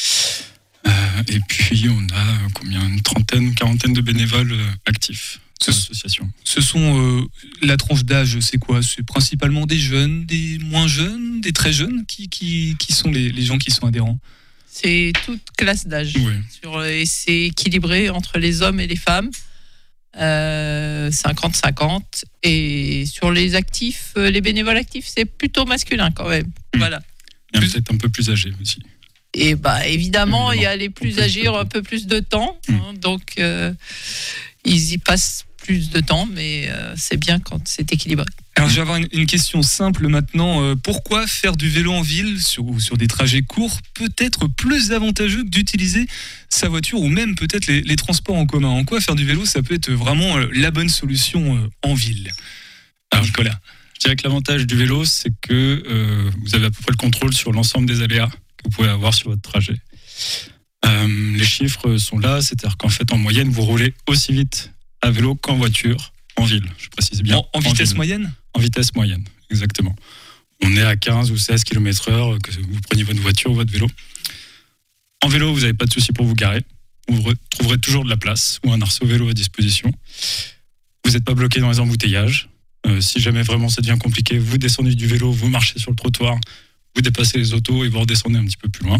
Et puis on a une trentaine, quarantaine de bénévoles actifs. Ce sont la tranche d'âge, c'est quoi ? C'est principalement des jeunes, des moins jeunes, des très jeunes qui sont les gens qui sont adhérents ? C'est toute classe d'âge. Oui. Et c'est équilibré entre les hommes et les femmes. 50-50. Et sur les actifs, les bénévoles actifs, c'est plutôt masculin quand même. Voilà. Il y a peut-être un peu plus âgé aussi. Et évidemment, il y a les plus âgés ont un peu plus de temps, donc ils y passent plus de temps, mais c'est bien quand c'est équilibré. Alors je vais avoir une question simple maintenant. Pourquoi faire du vélo en ville sur des trajets courts peut être plus avantageux que d'utiliser sa voiture ou même peut-être les transports en commun? En quoi faire du vélo, ça peut être vraiment la bonne solution en ville? Alors Nicolas. Je dirais que l'avantage du vélo, c'est que vous avez à peu près le contrôle sur l'ensemble des aléas que vous pouvez avoir sur votre trajet. Les chiffres sont là, c'est-à-dire qu'en fait, en moyenne, vous roulez aussi vite à vélo qu'en voiture, en ville. Je précise bien. En vitesse moyenne ? En vitesse moyenne, exactement. On est à 15 ou 16 km/h, que vous preniez votre voiture ou votre vélo. En vélo, vous n'avez pas de souci pour vous garer. Vous trouverez toujours de la place ou un arceau vélo à disposition. Vous n'êtes pas bloqué dans les embouteillages. Si jamais vraiment ça devient compliqué, vous descendez du vélo, vous marchez sur le trottoir, vous dépassez les autos et vous redescendez un petit peu plus loin.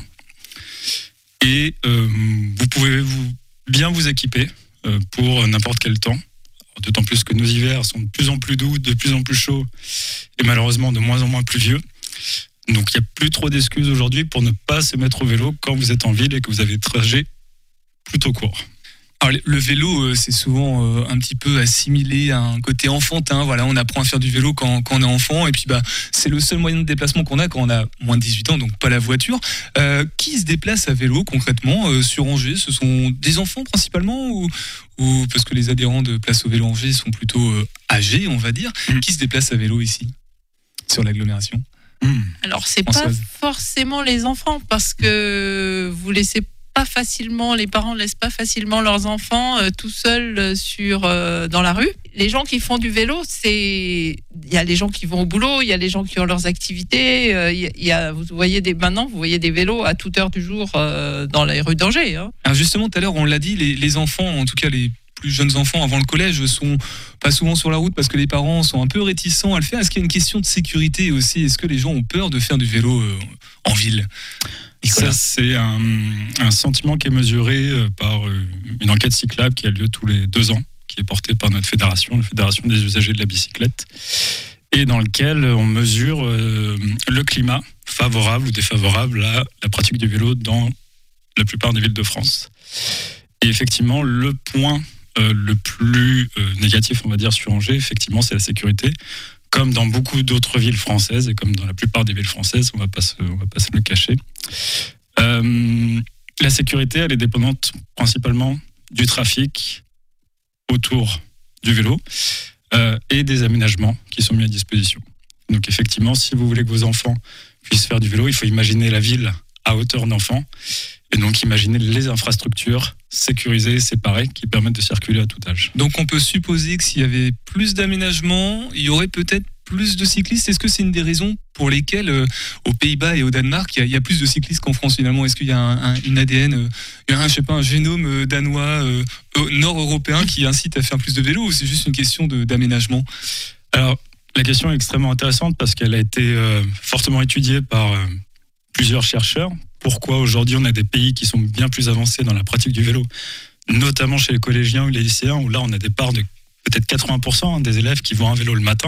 Et vous pouvez bien vous équiper pour n'importe quel temps. D'autant plus que nos hivers sont de plus en plus doux, de plus en plus chauds et malheureusement de moins en moins pluvieux. Donc il n'y a plus trop d'excuses aujourd'hui pour ne pas se mettre au vélo quand vous êtes en ville et que vous avez des trajets plutôt courts. Alors, le vélo, c'est souvent un petit peu assimilé à un côté enfantin. Voilà, on apprend à faire du vélo quand on est enfant. Et puis, c'est le seul moyen de déplacement qu'on a quand on a moins de 18 ans, donc pas la voiture. Qui se déplace à vélo concrètement sur Angers? Ce sont des enfants principalement ou parce que les adhérents de Place au Vélo Angers sont plutôt âgés, on va dire. Qui se déplace à vélo ici, sur l'agglomération? Alors, c'est pas forcément les enfants parce que vous laissez les parents ne laissent pas facilement leurs enfants tout seuls dans la rue. Les gens qui font du vélo, il y a les gens qui vont au boulot, il y a les gens qui ont leurs activités. Vous voyez des vélos à toute heure du jour dans les rues d'Angers. Alors justement, tout à l'heure, on l'a dit, les enfants, en tout cas les plus jeunes enfants avant le collège, sont pas souvent sur la route parce que les parents sont un peu réticents à le faire. Est-ce qu'il y a une question de sécurité aussi? Est-ce que les gens ont peur de faire du vélo en ville? Ça, c'est un sentiment qui est mesuré par une enquête cyclable qui a lieu tous les 2 ans, qui est portée par notre fédération, la Fédération des usagers de la bicyclette, et dans lequel on mesure le climat favorable ou défavorable à la pratique du vélo dans la plupart des villes de France. Et effectivement, le point le plus négatif, on va dire, sur Angers, effectivement, c'est la sécurité. Comme dans beaucoup d'autres villes françaises et comme dans la plupart des villes françaises, on va pas se le cacher. La sécurité, elle est dépendante principalement du trafic autour du vélo et des aménagements qui sont mis à disposition. Donc effectivement, si vous voulez que vos enfants puissent faire du vélo, il faut imaginer la ville à hauteur d'enfant et donc imaginer les infrastructures sécurisées et séparées qui permettent de circuler à tout âge. Donc on peut supposer que s'il y avait plus d'aménagements, il y aurait peut-être plus de cyclistes. Est-ce que c'est une des raisons pour lesquelles aux Pays-Bas et au Danemark, il y a plus de cyclistes qu'en France finalement? Est-ce qu'il y a une ADN, un génome danois nord-européen qui incite à faire plus de vélo ou c'est juste une question d'aménagement? Alors la question est extrêmement intéressante parce qu'elle a été fortement étudiée par plusieurs chercheurs. Pourquoi aujourd'hui on a des pays qui sont bien plus avancés dans la pratique du vélo, notamment chez les collégiens ou les lycéens, où là on a des parts de peut-être 80% des élèves qui vont à vélo le matin.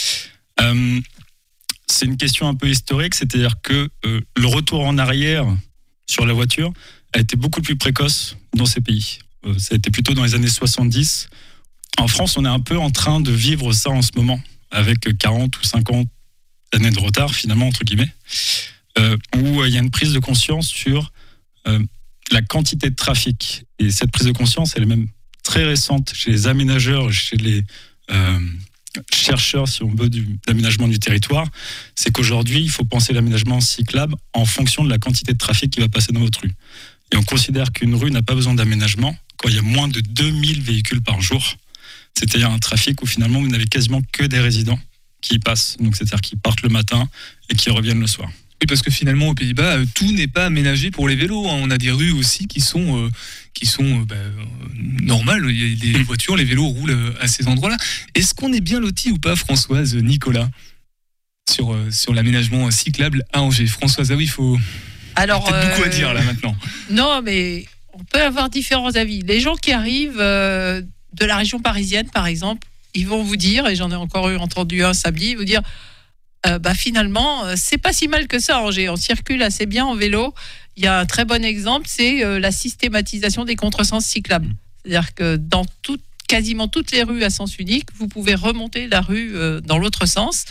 C'est une question un peu historique, c'est-à-dire que le retour en arrière sur la voiture a été beaucoup plus précoce dans ces pays. Ça a été plutôt dans les années 70. En France, on est un peu en train de vivre ça en ce moment, avec 40 ou 50 années de retard, finalement, entre guillemets, où il y a une prise de conscience sur la quantité de trafic. Et cette prise de conscience, elle est même très récente chez les aménageurs, chez les chercheurs, si on veut, d'aménagement du territoire. C'est qu'aujourd'hui, il faut penser l'aménagement cyclable en fonction de la quantité de trafic qui va passer dans votre rue. Et on considère qu'une rue n'a pas besoin d'aménagement quand il y a moins de 2000 véhicules par jour. C'est-à-dire un trafic où finalement, vous n'avez quasiment que des résidents qui y passent. Donc, c'est-à-dire qui partent le matin et qui reviennent le soir. Oui, parce que finalement, aux Pays-Bas, tout n'est pas aménagé pour les vélos. On a des rues aussi qui sont normales. Il y a des voitures, les vélos roulent à ces endroits-là. Est-ce qu'on est bien loti ou pas, Françoise, Nicolas, sur l'aménagement cyclable à Angers? Françoise, il faut... Alors, peut-être beaucoup à dire là maintenant. Non, mais on peut avoir différents avis. Les gens qui arrivent de la région parisienne, par exemple, ils vont vous dire, et j'en ai encore entendu un samedi, vous dire finalement, c'est pas si mal que ça à Angers. On circule assez bien en vélo. Il y a un très bon exemple, c'est la systématisation des contresens cyclables. C'est-à-dire que dans quasiment toutes les rues à sens unique, vous pouvez remonter la rue dans l'autre sens.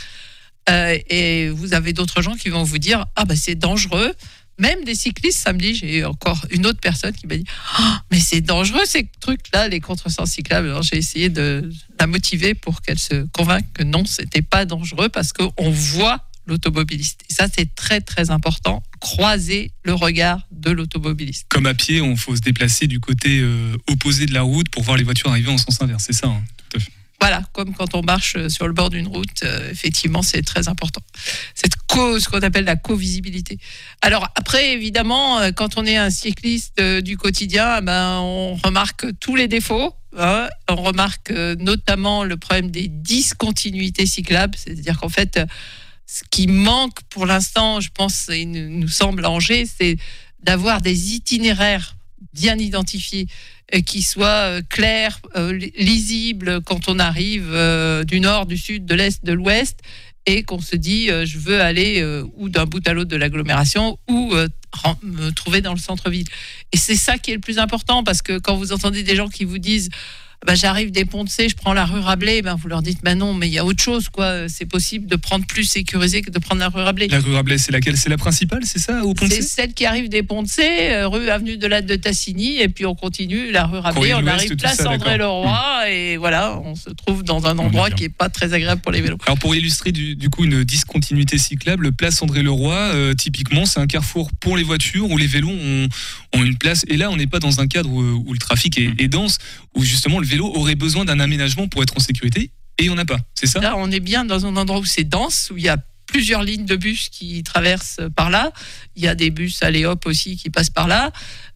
Et vous avez d'autres gens qui vont vous dire c'est dangereux. Même des cyclistes, samedi, j'ai encore une autre personne qui m'a dit mais c'est dangereux ces trucs-là, les contresens cyclables. Alors j'ai essayé de la motiver pour qu'elle se convainque que non, c'était pas dangereux parce qu'on voit l'automobiliste. Et ça, c'est très très important, croiser le regard de l'automobiliste. Comme à pied, il faut se déplacer du côté opposé de la route pour voir les voitures arriver en sens inverse, c'est ça, hein, tout à fait. Voilà, comme quand on marche sur le bord d'une route, effectivement, c'est très important. Cette cause qu'on appelle la co-visibilité. Alors après, évidemment, quand on est un cycliste du quotidien, on remarque tous les défauts. On remarque notamment le problème des discontinuités cyclables, c'est-à-dire qu'en fait, ce qui manque pour l'instant, je pense, et nous semble à Angers, c'est d'avoir des itinéraires bien identifiés, qui soient clairs, lisibles quand on arrive du nord, du sud, de l'est, de l'ouest, et qu'on se dit je veux aller ou d'un bout à l'autre de l'agglomération ou me trouver dans le centre-ville. Et c'est ça qui est le plus important, parce que quand vous entendez des gens qui vous disent j'arrive des Ponts-de-Cé, je prends la rue Rabelais, vous leur dites non, mais il y a autre chose, quoi. C'est possible de prendre plus sécurisé que de prendre la rue Rabelais. La rue Rabelais, c'est laquelle? C'est la principale, c'est ça, au Ponts-de-Cé? C'est celle qui arrive des Ponts-de-Cé, rue Avenue de la de Tassigny, et puis on continue la rue Rabelais, on arrive place André-Leroy, et voilà, on se trouve dans un endroit qui est pas très agréable pour les vélos. Alors pour illustrer du coup une discontinuité cyclable, place André-Leroy, typiquement, c'est un carrefour pour les voitures où les vélos ont une place. Et là, on n'est pas dans un cadre où le trafic est dense, où justement le vélo aurait besoin d'un aménagement pour être en sécurité, et on n'a pas, c'est ça? Là, on est bien dans un endroit où c'est dense, où il y a plusieurs lignes de bus qui traversent par là. Il y a des bus à Léop aussi qui passent par là.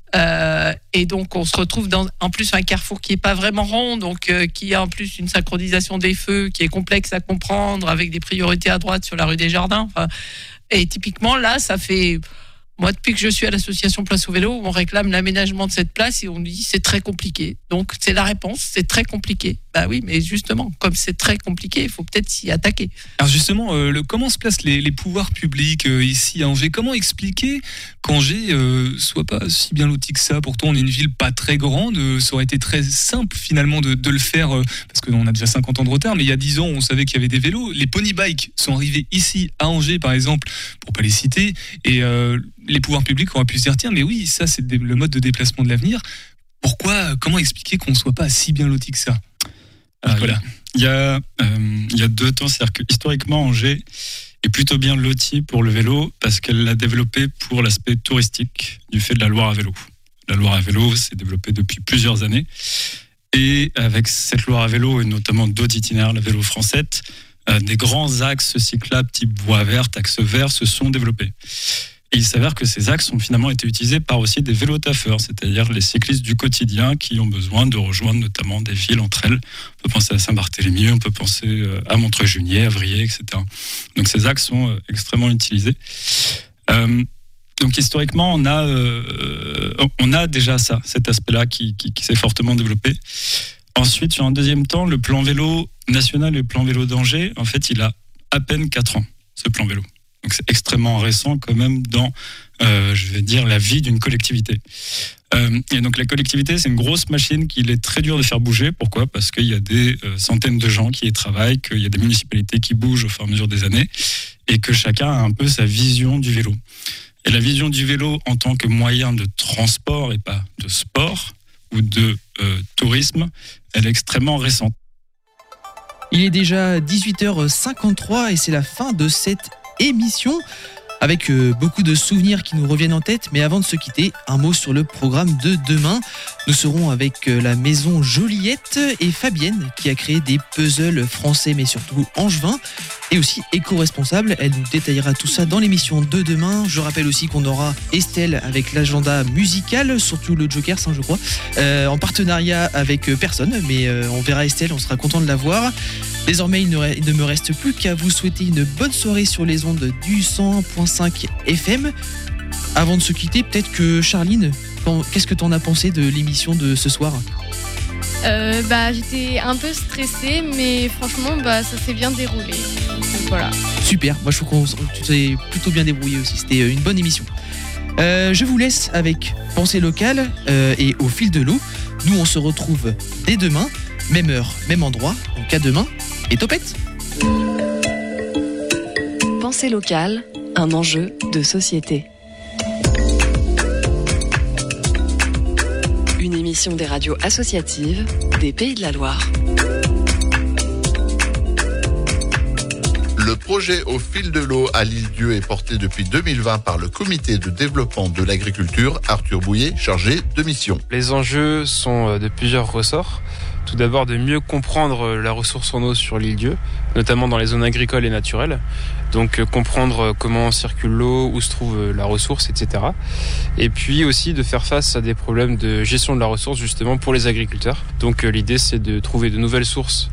Et donc, on se retrouve dans, en plus, un carrefour qui n'est pas vraiment rond, donc qui a en plus une synchronisation des feux qui est complexe à comprendre, avec des priorités à droite sur la rue des Jardins. Et typiquement, là, ça fait... Moi, depuis que je suis à l'association Place au Vélo, on réclame l'aménagement de cette place et on nous dit c'est très compliqué. Donc, c'est la réponse, c'est très compliqué. Oui, mais justement, comme c'est très compliqué, il faut peut-être s'y attaquer. Alors justement, comment se placent les pouvoirs publics ici à Angers? Comment expliquer qu'Angers soit pas si bien loti que ça? Pourtant, on est une ville pas très grande. Ça aurait été très simple finalement de le faire, parce qu'on a déjà 50 ans de retard, mais il y a 10 ans, on savait qu'il y avait des vélos. Les pony bikes sont arrivés ici à Angers, par exemple, pour pas les citer, et les pouvoirs publics auraient pu se dire tiens, mais oui, ça c'est le mode de déplacement de l'avenir. Comment expliquer qu'on ne soit pas si bien loti que ça? Voilà. Il y a 2 temps, c'est-à-dire que historiquement Angers est plutôt bien loti pour le vélo parce qu'elle l'a développé pour l'aspect touristique du fait de la Loire à vélo. La Loire à vélo s'est développée depuis plusieurs années, et avec cette Loire à vélo et notamment d'autres itinéraires, la vélo française, des grands axes cyclables type voie verte, axe vert se sont développés. Et il s'avère que ces axes ont finalement été utilisés par aussi des vélotaffeurs, c'est-à-dire les cyclistes du quotidien qui ont besoin de rejoindre notamment des villes entre elles. On peut penser à Saint-Barthélemy, on peut penser à Montreuil-Juigné, à Vrier, etc. Donc ces axes sont extrêmement utilisés. Donc historiquement, on a déjà cet aspect-là qui s'est fortement développé. Ensuite, sur un deuxième temps, le plan vélo national et le plan vélo d'Angers, en fait, il a à peine 4 ans, ce plan vélo. Donc c'est extrêmement récent quand même dans, la vie d'une collectivité. Et donc la collectivité, c'est une grosse machine qu'il est très dur de faire bouger. Pourquoi ? Parce qu'il y a des centaines de gens qui y travaillent, qu'il y a des municipalités qui bougent au fur et à mesure des années, et que chacun a un peu sa vision du vélo. Et la vision du vélo en tant que moyen de transport et pas de sport ou de tourisme, elle est extrêmement récente. Il est déjà 18h53 et c'est la fin de cette émission avec beaucoup de souvenirs qui nous reviennent en tête. Mais avant de se quitter, un mot sur le programme de demain. Nous serons avec la maison Joliette et Fabienne qui a créé des puzzles français mais surtout angevins et aussi éco-responsable. Elle nous détaillera tout ça dans l'émission de demain. Je rappelle aussi qu'on aura Estelle avec l'agenda musical, surtout le Jokers, je crois, en partenariat avec personne, mais on verra Estelle, on sera content de la voir. Désormais, il ne me reste plus qu'à vous souhaiter une bonne soirée sur les ondes du 100.5 FM. Avant de se quitter, peut-être que Charline, qu'est-ce que tu en as pensé de l'émission de ce soir ? J'étais un peu stressée, mais franchement, ça s'est bien déroulé. Donc, voilà. Super, moi je trouve que tu t'es plutôt bien débrouillé aussi, c'était une bonne émission. Je vous laisse avec Pensée locale et Au fil de l'eau. Nous on se retrouve dès demain, même heure, même endroit, donc à demain et topette. Pensée locale, un enjeu de société. Une émission des radios associatives des Pays de la Loire. Le projet Au fil de l'eau à l'île-Dieu est porté depuis 2020 par le comité de développement de l'agriculture, Arthur Bouillet, chargé de mission. Les enjeux sont de plusieurs ressorts. Tout d'abord de mieux comprendre la ressource en eau sur l'île-Dieu, notamment dans les zones agricoles et naturelles. Donc comprendre comment circule l'eau, où se trouve la ressource, etc. Et puis aussi de faire face à des problèmes de gestion de la ressource justement pour les agriculteurs. Donc l'idée c'est de trouver de nouvelles sources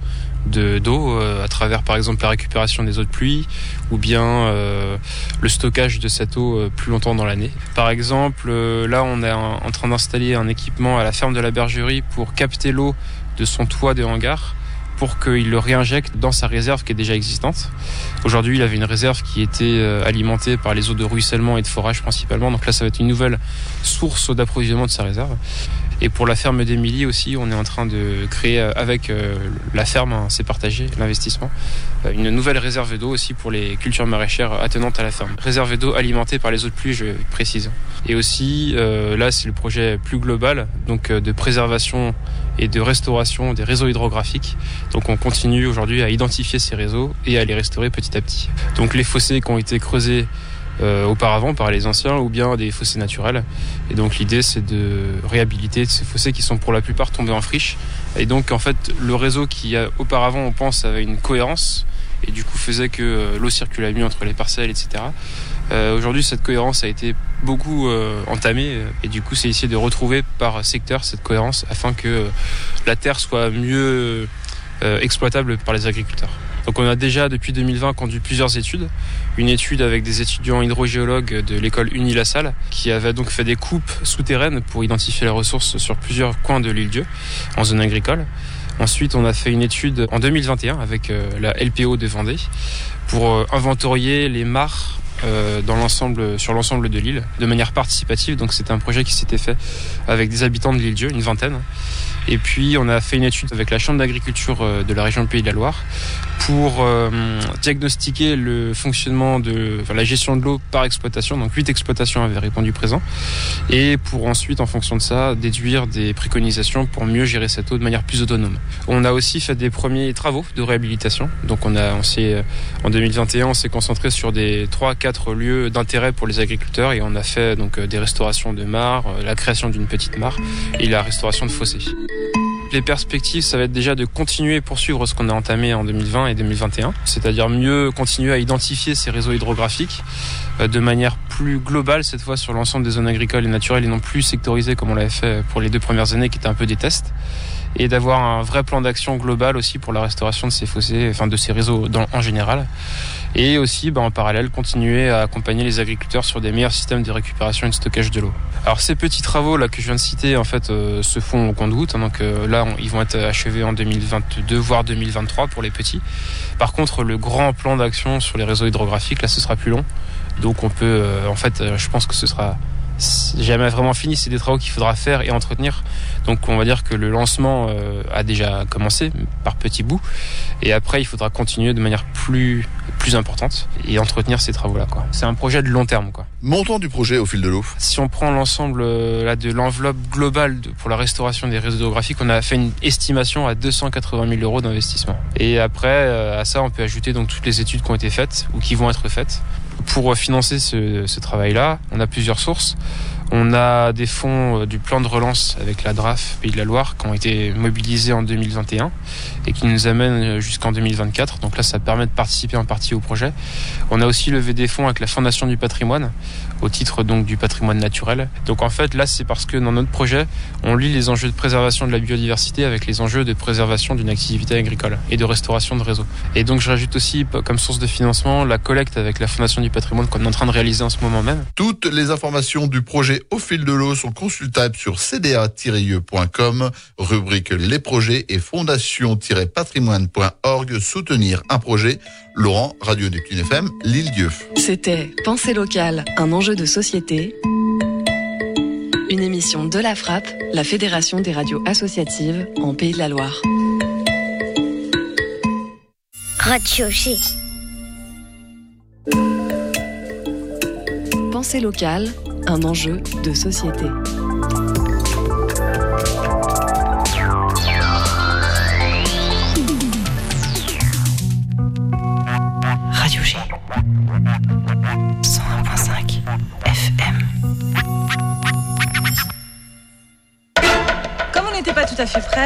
d'eau à travers par exemple la récupération des eaux de pluie ou bien le stockage de cette eau plus longtemps dans l'année. Par exemple, là on est en train d'installer un équipement à la ferme de la Bergerie pour capter l'eau de son toit de hangar pour qu'il le réinjecte dans sa réserve qui est déjà existante. Aujourd'hui, il avait une réserve qui était alimentée par les eaux de ruissellement et de forage principalement. Donc là, ça va être une nouvelle source d'approvisionnement de sa réserve. Et pour la ferme d'Émilie aussi, on est en train de créer avec la ferme, c'est partagé, l'investissement, une nouvelle réserve d'eau aussi pour les cultures maraîchères attenantes à la ferme. Réserve d'eau alimentée par les eaux de pluie, je précise. Et aussi, là, c'est le projet plus global, donc de préservation et de restauration des réseaux hydrographiques. Donc on continue aujourd'hui à identifier ces réseaux et à les restaurer petit à petit. Donc les fossés qui ont été creusés auparavant par les anciens ou bien des fossés naturels. Et donc l'idée c'est de réhabiliter ces fossés qui sont pour la plupart tombés en friche. Et donc en fait le réseau qui auparavant on pense avait une cohérence et du coup faisait que l'eau circulait mieux entre les parcelles, etc. Aujourd'hui cette cohérence a été beaucoup entamée et du coup c'est essayer de retrouver par secteur cette cohérence afin que la terre soit mieux exploitable par les agriculteurs. Donc on a déjà depuis 2020 conduit plusieurs études. Une étude avec des étudiants hydrogéologues de l'école Uni-La-Salle qui avait donc fait des coupes souterraines pour identifier les ressources sur plusieurs coins de l'île-Dieu en zone agricole. Ensuite on a fait une étude en 2021 avec la LPO de Vendée pour inventorier les mares sur l'ensemble de l'île de manière participative. Donc c'était un projet qui s'était fait avec des habitants de l'île-Dieu, une vingtaine. Et puis on a fait une étude avec la chambre d'agriculture de la région Pays de la Loire pour diagnostiquer le fonctionnement de la gestion de l'eau par exploitation. Donc 8 exploitations avaient répondu présent et pour ensuite en fonction de ça déduire des préconisations pour mieux gérer cette eau de manière plus autonome. On a aussi fait des premiers travaux de réhabilitation. Donc en 2021 on s'est concentré sur des 3-4 lieux d'intérêt pour les agriculteurs et on a fait donc des restaurations de mares, la création d'une petite mare et la restauration de fossés. Les perspectives, ça va être déjà de continuer et poursuivre ce qu'on a entamé en 2020 et 2021, c'est-à-dire mieux continuer à identifier ces réseaux hydrographiques de manière plus globale, cette fois sur l'ensemble des zones agricoles et naturelles et non plus sectorisées comme on l'avait fait pour les 2 premières années qui étaient un peu des tests, et d'avoir un vrai plan d'action global aussi pour la restauration de ces fossés, enfin de ces réseaux en général. Et aussi en parallèle continuer à accompagner les agriculteurs sur des meilleurs systèmes de récupération et de stockage de l'eau. Alors ces petits travaux là que je viens de citer en fait se font au compte-gouttes, donc là ils vont être achevés en 2022 voire 2023 pour les petits. Par contre le grand plan d'action sur les réseaux hydrographiques là ce sera plus long, donc on peut je pense que ce sera jamais vraiment fini, c'est des travaux qu'il faudra faire et entretenir. Donc on va dire que le lancement a déjà commencé par petits bouts et après il faudra continuer de manière plus importante et entretenir ces travaux là quoi. C'est un projet de long terme quoi. Montant du projet Au fil de l'eau. Si on prend l'ensemble de l'enveloppe globale pour la restauration des réseaux hydrographiques, on a fait une estimation à 280 000 euros d'investissement. Et après à ça on peut ajouter donc toutes les études qui ont été faites ou qui vont être faites. Pour financer ce travail-là, on a plusieurs sources. On a des fonds du plan de relance avec la DRAF Pays de la Loire qui ont été mobilisés en 2021 et qui nous amènent jusqu'en 2024. Donc là, ça permet de participer en partie au projet. On a aussi levé des fonds avec la Fondation du patrimoine au titre donc du patrimoine naturel. Donc en fait là c'est parce que dans notre projet on lie les enjeux de préservation de la biodiversité avec les enjeux de préservation d'une activité agricole et de restauration de réseaux. Et donc je rajoute aussi comme source de financement la collecte avec la Fondation du patrimoine qu'on est en train de réaliser en ce moment même. Toutes les informations du projet Au fil de l'eau sont consultables sur cda-ie.com, rubrique les projets et fondation-patrimoine.org, soutenir un projet. Laurent, Radio Neptune FM, L'Île-Dieu. C'était Pensée locale, un enjeu de société. Une émission de la FRAP, la Fédération des radios associatives en Pays de la Loire. Radio G. Pensée locale, un enjeu de société. Radio G. 101.5 FM. Comme on n'était pas tout à fait prêts,